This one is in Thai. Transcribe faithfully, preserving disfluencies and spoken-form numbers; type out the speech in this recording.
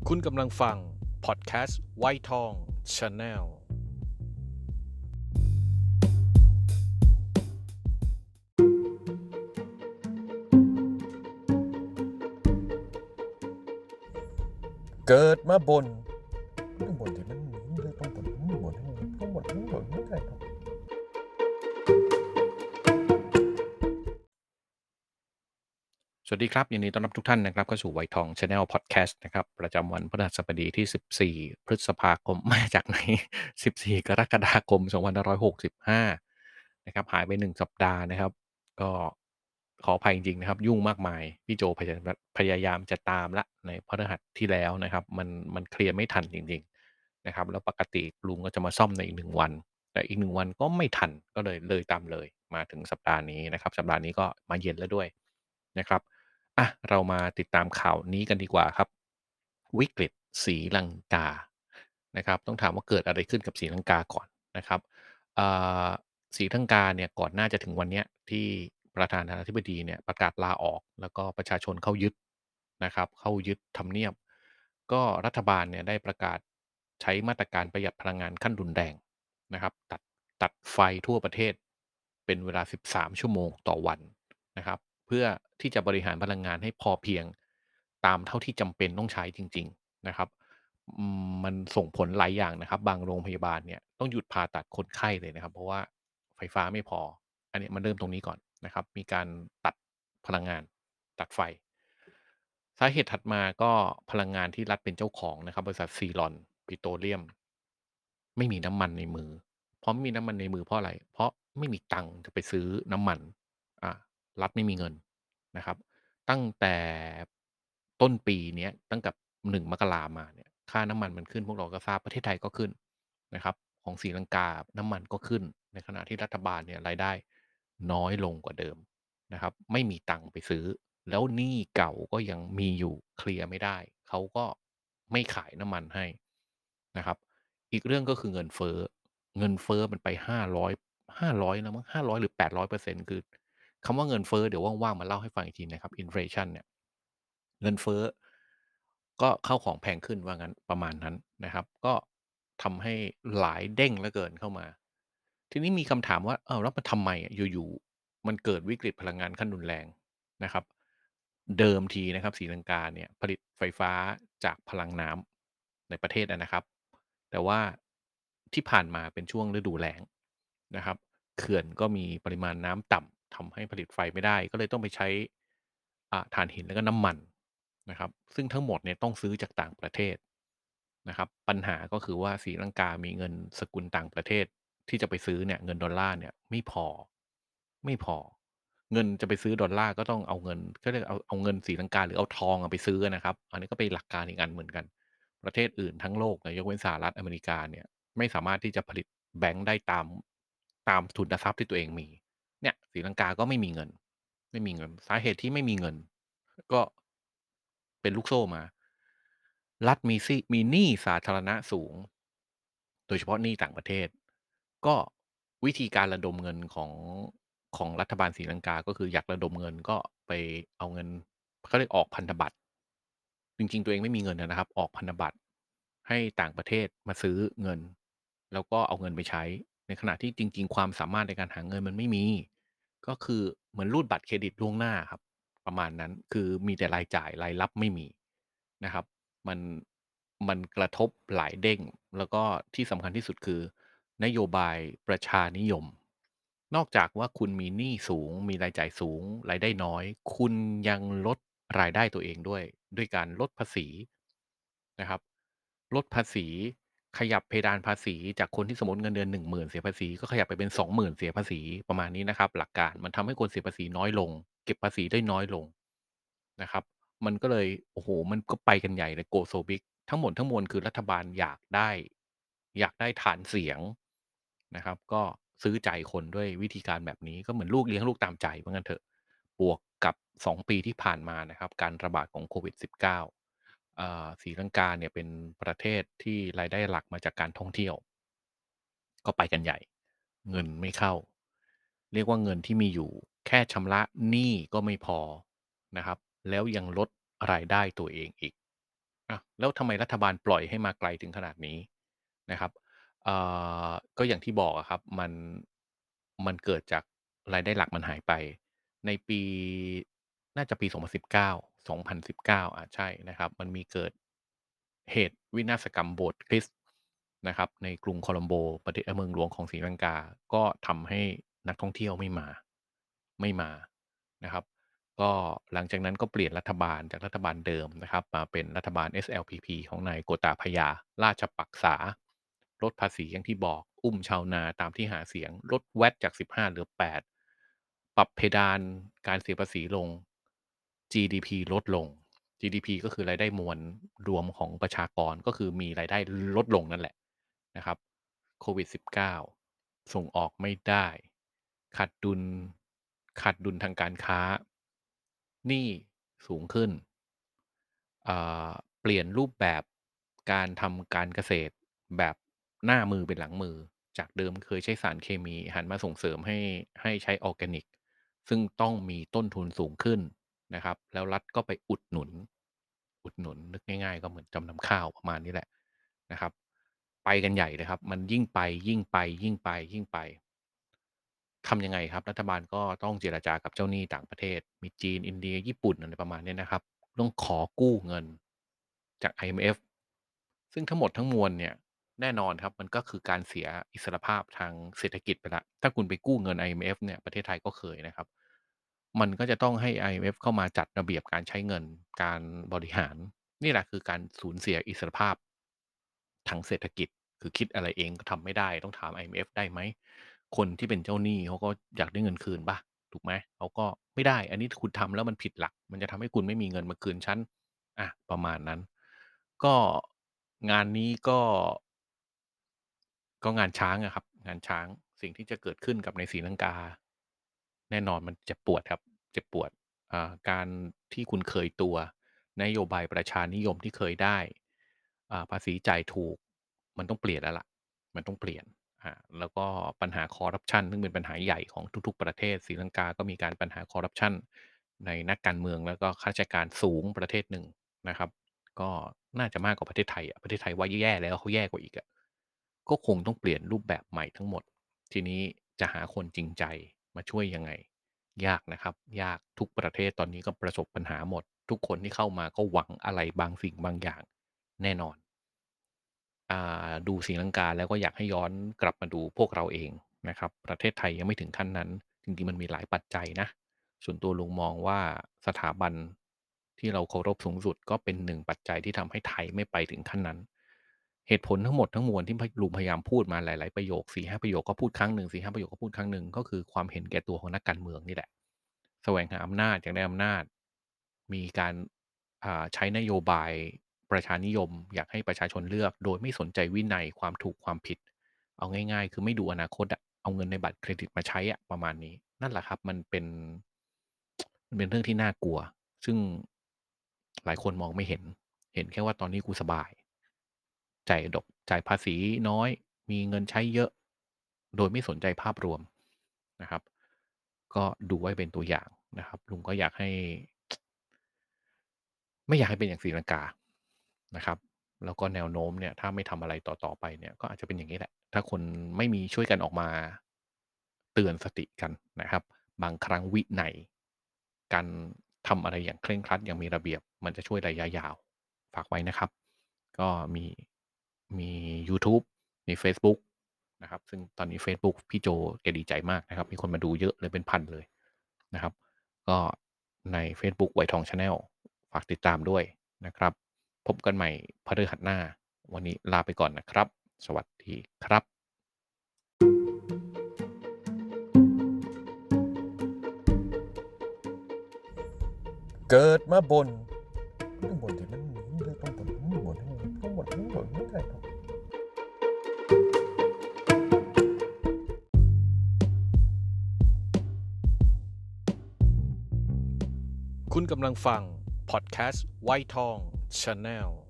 คุณกำลังฟังพอดแคสต์ไวท์ทอง Channel เกิดมาบนต้องบนที่มันต้องบนต้องบนต้องบนต้องบนไม่ได้ครับสวัสดีครับยินดีต้อนรับทุกท่านนะครับเข้าสู่ไวท์ทอง Channel Podcast นะครับประจำวันพฤหัสบดีที่สิบสี่พฤษภาคมมาจากไหนสิบสี่กรกฎาคมสองพันห้าร้อยหกสิบห้านะครับหายไปหนึ่งสัปดาห์นะครับก็ขออภัยจริงๆนะครับยุ่งมากมายพี่โจพยายามพยายามจะตามละในพฤหัสที่แล้วนะครับมันมันเคลียร์ไม่ทันจริงๆนะครับแล้วปกติลุงก็จะมาซ่อมในอีกหนึ่งวันแต่อีกหนึ่งวันก็ไม่ทันก็เลยเลยตามเลยมาถึงสัปดาห์นี้นะครับสัปดาห์นี้ก็มาเย็นแล้วด้วยนะครับ อ่ะเรามาติดตามข่าวนี้กันดีกว่าครับวิกฤตศรีลังกานะครับต้องถามว่าเกิดอะไรขึ้นกับศรีลังกาก่อนนะครับอ่าศรีลังกาเนี่ยก่อนหน้าจะถึงวันเนี้ยที่ประธานาธิบดีเนี่ยประกาศลาออกแล้วก็ประชาชนเข้ายึดนะครับเข้ายึดทำเนียบก็รัฐบาลเนี่ยได้ประกาศใช้มาตรการประหยัดพลังงานขั้นรุนแรงนะครับตัดตัดไฟทั่วประเทศเป็นเวลาสิบสามชั่วโมงต่อวันนะครับ เพื่อที่จะบริหารพลังงานให้พอเพียงตามเท่าที่จำเป็นต้องใช้จริงๆนะครับอืมมันส่งผลหลายอย่างนะครับบางโรงพยาบาลเนี่ยต้องหยุดผ่าตัดคนไข้เลยนะครับเพราะว่าไฟฟ้าไม่พออันนี้มันเริ่มตรงนี้ก่อนนะครับมีการตัดพลังงานตัดไฟสาเหตุถัดมาก็พลังงานที่รัฐเป็นเจ้าของนะครับบริษัทซีรอนปิโตรเลียมไม่มีน้ำมันในมือเพราะไม่มีน้ำมันในมือเพราะอะไรเพราะไม่มีตังค์จะไปซื้อน้ำมันอ่ารัฐไม่มีเงิน นะครับตั้งแต่ต้นปีเนี้ยตั้งแต่หนึ่งมกรามาเนี่ยค่าน้ำมันมันขึ้นพวกเราก็ทราบประเทศไทยก็ขึ้นนะครับของศรีลังกาน้ำมันก็ขึ้นในขณะที่รัฐบาลเนี่ยรายได้น้อยลงกว่าเดิมนะครับไม่มีตังค์ไปซื้อแล้วหนี้เก่าก็ยังมีอยู่เคลียร์ไม่ได้เขาก็ไม่ขายน้ำมันให้นะครับอีกเรื่องก็คือเงินเฟ้อเงินเฟ้อมันไปห้าร้อยห้าร้อยแล้วมั้งห้าร้อยหรือแปดร้อยเปอร์เซ็นต์คือ คำว่าเงินเฟ้อเดี๋ยวว่างๆมาเล่าให้ฟังอีกทีนะครับ Inflation เนี่ยเงินเฟ้อก็ข้าวของแพงขึ้นว่างั้นประมาณนั้นนะครับก็ทำให้หลายเด้งเหลือเกินเข้ามาทีนี้มีคำถามว่าอ้าวแล้วมันทำไมอะอยู่ๆมันเกิดวิกฤตพลังงานขั้นรุนแรงนะครับเดิมทีนะครับศรีลังกาเนี่ยผลิตไฟฟ้าจากพลังน้ำในประเทศอะนะครับแต่ว่าที่ผ่านมาเป็นช่วงฤดูแล้งนะครับ เขื่อนก็มีปริมาณน้ำต่ำทำให้ผลิตไฟไม่ได้ก็เลยต้องไปใช้อ่าถ่านหินแล้วก็น้ำมันนะครับซึ่งทั้งหมดเนี่ยต้องซื้อจากต่างประเทศนะครับปัญหาก็คือว่าศรีลังกามีเงินสกุลต่างประเทศที่จะไปซื้อเนี่ยเงินดอลลาร์เนี่ยไม่พอไม่พอเงินจะไปซื้อดอลลาร์ก็ต้องเอาเงินเขาเรียกเอาเอาเงินศรีลังกาหรือเอาทองอะไปซื้ออะนะครับอันนี้ก็เป็นหลักการอีกอันเหมือนกันประเทศอื่นทั้งโลกเนี่ยยกเว้นสหรัฐอเมริกาเนี่ย ไม่สามารถที่จะผลิตแบงก์ได้ตามตามทุนทรัพย์ที่ตัวเองมีเนี่ยศรีลังกาก็ไม่มีเงินไม่มีเงินสาเหตุที่ไม่มีเงินก็เป็นลูกโซ่มารัฐมีซี่มีหนี้สาธารณะสูงโดยเฉพาะหนี้ต่างประเทศก็วิธีการระดมเงินของของรัฐบาลศรีลังกาก็คืออยากระดมเงินก็ไปเอาเงินเขาเรียกออกพันธบัตรจริงๆตัวเองไม่มีเงินนะครับออกพันธบัตรให้ต่างประเทศมาซื้อเงิน แล้วก็เอาเงินไปใช้ในขณะที่จริงๆความสามารถในการหาเงินมันไม่มีก็คือเหมือนรูดบัตรเครดิตล่วงหน้าครับประมาณนั้นคือมีแต่รายจ่ายรายรับไม่มีนะครับมันมันกระทบหลายเด้งแล้วก็ที่สำคัญที่สุดคือนโยบายประชานิยมนอกจากว่าคุณมีหนี้สูงมีรายจ่ายสูงรายได้น้อยคุณยังลดรายได้ตัวเองด้วยด้วยการลดภาษีนะครับ ลดภาษีขยับเพดานภาษีจากคนที่สมมติเงินเดือนหนึ่งหมื่นเสียภาษีก็ขยับไปเป็นสองหมื่นเสียภาษีประมาณนี้นะครับหลักการมันทำให้คนเสียภาษีน้อยลงเก็บภาษีได้น้อยลงนะครับมันก็เลยโอ้โฮมันก็ไปกันใหญ่เลย Go so big ทั้งหมดทั้งมวลคือรัฐบาลอยากได้อยากได้ฐานเสียงนะครับก็ซื้อใจคนด้วยวิธีการแบบนี้ก็เหมือนลูกเลี้ยงลูกตามใจว่างั้นเถอะบวกกับสองปีที่ผ่านมานะครับการระบาดของโควิด สิบเก้า อ่าศรีลังกาเนี่ยเป็นประเทศที่รายได้หลักมาจากการท่องเที่ยวก็ไปกันใหญ่เงินไม่เข้าเรียกว่าเงินที่มีอยู่แค่ชำระหนี้ก็ไม่พอนะครับแล้วยังลดรายได้ตัวเองอีกอ่ะแล้วทำไมรัฐบาลปล่อยให้มาไกลถึงขนาดนี้นะครับเอ่อก็อย่างที่บอกอะครับมันมันเกิดจากรายได้หลักมันหายไปในปีน่าจะปีสองพันสิบเก้า สองพันสิบเก้าอาใช่นะครับมันมีเกิดเหตุวินาศกรรมโบสถ์คริสต์นะครับในกรุงโคลัมโบประเทศเมืองหลวงของศรีลังกาก็ทำให้นักท่องเที่ยวไม่มาไม่มานะครับ ก็หลังจากนั้นก็เปลี่ยนรัฐบาลจากรัฐบาลเดิมนะครับมาเป็นรัฐบาล เอส แอล พี พี ของนายโกตาพยาราชปักษาลดภาษีอย่างที่บอกอุ้มชาวนาตามที่หาเสียงลดแวตจากสิบห้าเหลือแปดปรับเพดานการเสียภาษีลง จี ดี พี ลดลง จี ดี พี ก็คือรายได้มวลรวมของประชากรก็คือมีรายได้ลดลงนั่นแหละนะครับโควิด สิบเก้า ส่งออกไม่ได้ขาดดุลขาดดุลทางการค้าหนี้สูงขึ้นอ่าเปลี่ยนรูปแบบการทำการเกษตรแบบหน้ามือเป็นหลังมือจากเดิมเคยใช้สารเคมีหันมาส่งเสริมให้ให้ใช้ออร์แกนิกซึ่งต้องมีต้นทุนสูงขึ้นนะครับแล้วรัฐก็ไปอุดหนุนอุดหนุนนึกง่ายๆก็เหมือนจำนำข้าวประมาณนี้แหละนะครับไปกันใหญ่เลยครับมันยิ่งไปยิ่งไปยิ่งไปยิ่งไป ทำยังไงครับรัฐบาลก็ต้องเจรจากับเจ้าหนี้ต่างประเทศมีจีนอินเดียญี่ปุ่นอะไรประมาณเนี้ยนะครับต้องขอกู้เงินจาก ไอ เอ็ม เอฟ ซึ่งทั้งหมดทั้งมวลเนี่ยแน่นอนครับมันก็คือการเสียอิสรภาพทางเศรษฐกิจไปแล้วถ้าคุณไปกู้เงิน ไอ เอ็ม เอฟ เนี่ยประเทศไทยก็เคยนะครับมันก็จะต้องให้ ไอ เอ็ม เอฟ เข้ามาจัดระเบียบการใช้เงินการบริหารนี่แหละคือการสูญเสียอิสรภาพทางเศรษฐกิจคือคิดอะไรเองก็ทำไม่ได้ต้องถาม ไอ เอ็ม เอฟ ได้ไหม คนที่เป็นเจ้าหนี้เขาก็อยากได้เงินคืนป่ะถูกไหมเขาก็ไม่ได้อันนี้คุณทำแล้วมันผิดหลักมันจะทำให้คุณไม่มีเงินมาคืนฉันอะประมาณนั้นก็งานนี้ก็ก็งานช้างอะครับงานช้างสิ่งที่จะเกิดขึ้นกับในศรีลังกาแน่นอนมันเจ็บปวดครับเจ็บปวดอ่าการที่คุณเคยตัวนโยบายประชานิยมที่เคยได้อ่าภาษีจ่ายถูกมันต้องเปลี่ยนแล้วล่ะมันต้องเปลี่ยน อ่าแล้วก็ปัญหาคอร์รัปชันซึ่งเป็นปัญหาใหญ่ของทุกๆประเทศศรีลังกาก็มีการปัญหาคอร์รัปชันในนักการเมืองแล้วก็ข้าราชการสูงประเทศหนึ่งนะครับก็น่าจะมากกว่าประเทศไทยอะประเทศไทยว่าแย่แล้วเขาแย่กว่าอีกอะก็คงต้องเปลี่ยนรูปแบบใหม่ทั้งหมดทีนี้จะหาคนจริงใจมาช่วยยังไงยากนะครับยากทุกประเทศตอนนี้ก็ประสบปัญหาหมดทุกคนที่เข้ามาก็หวังอะไรบางสิ่งบางอย่างแน่นอน อ่าดูศรีลังกาแล้วก็อยากให้ย้อนกลับมาดูพวกเราเองนะครับประเทศไทยยังไม่ถึงขั้นนั้นจริงๆมันมีหลายปัจจัยนะส่วนตัวลุงมองว่าสถาบันที่เราเคารพสูงสุดก็เป็นหนึ่งปัจจัยที่ทำให้ไทยไม่ไปถึงขั้นนั้นเหตุผลทั้งหมดทั้งมวลที่พลุงพยายามพูดมาหลายๆประโยคสี่ห้าประโยคก็พูดครั้งหนึ่งสี่ห้าประโยคก็พูดครั้งหนึ่งก็คือความเห็นแก่ตัวของนักการเมืองนี่แหละแสวงหาอำนาจอยากได้อำนาจมีการ อ่าใช้นโยบายประชานิยมอยากให้ประชาชนเลือกโดยไม่สนใจวินัยความถูกความผิดเอาง่ายๆคือไม่ดูอนาคตอะเอาเงินในบัตรเครดิตมาใช้อะประมาณนี้นั่นแหละครับมันเป็นมันเป็นเรื่องที่น่ากลัวซึ่งหลายคนมองไม่เห็นเห็นแค่ว่าตอนนี้กูสบายจ่ายดอกจ่ายภาษีน้อยมีเงินใช้เยอะโดยไม่สนใจภาพรวมนะครับก็ดูไว้เป็นตัวอย่างนะครับลุงก็อยากให้ ไม่อยากให้เป็นอย่างศรีลังกานะครับแล้วก็แนวโน้มเนี่ยถ้าไม่ทำอะไรต่อๆไปเนี่ยก็อาจจะเป็นอย่างนี้แหละถ้าคนไม่มีช่วยกันออกมาเตือนสติกันนะครับบางครั้งวินัยการทำอะไรอย่างเคร่งครัดอย่างมีระเบียบมันจะช่วยระยะยาวฝากไว้นะครับก็มีมียูทูบมีเฟซบุ๊กนะครับซึ่งตอนนี้เฟซบุ๊กพี่โจแกดีใจมากนะครับมีคนมาดูเยอะเลยเป็นพันเลยนะครับ ก็ในเฟซบุ๊กไวทอง Channel ฝากติดตามด้วยนะครับพบกันใหม่พฤหัสหน้าวันนี้ลาไปก่อนนะครับสวัสดีครับเกิดมาบนต้องบ่นที่มันเรื่องต้องบ่นต้องบ่นต้องบ่นต้องบ่นไม่ได้หรอกคุณกำลังฟังพอดแคสต์ไวทอง Channel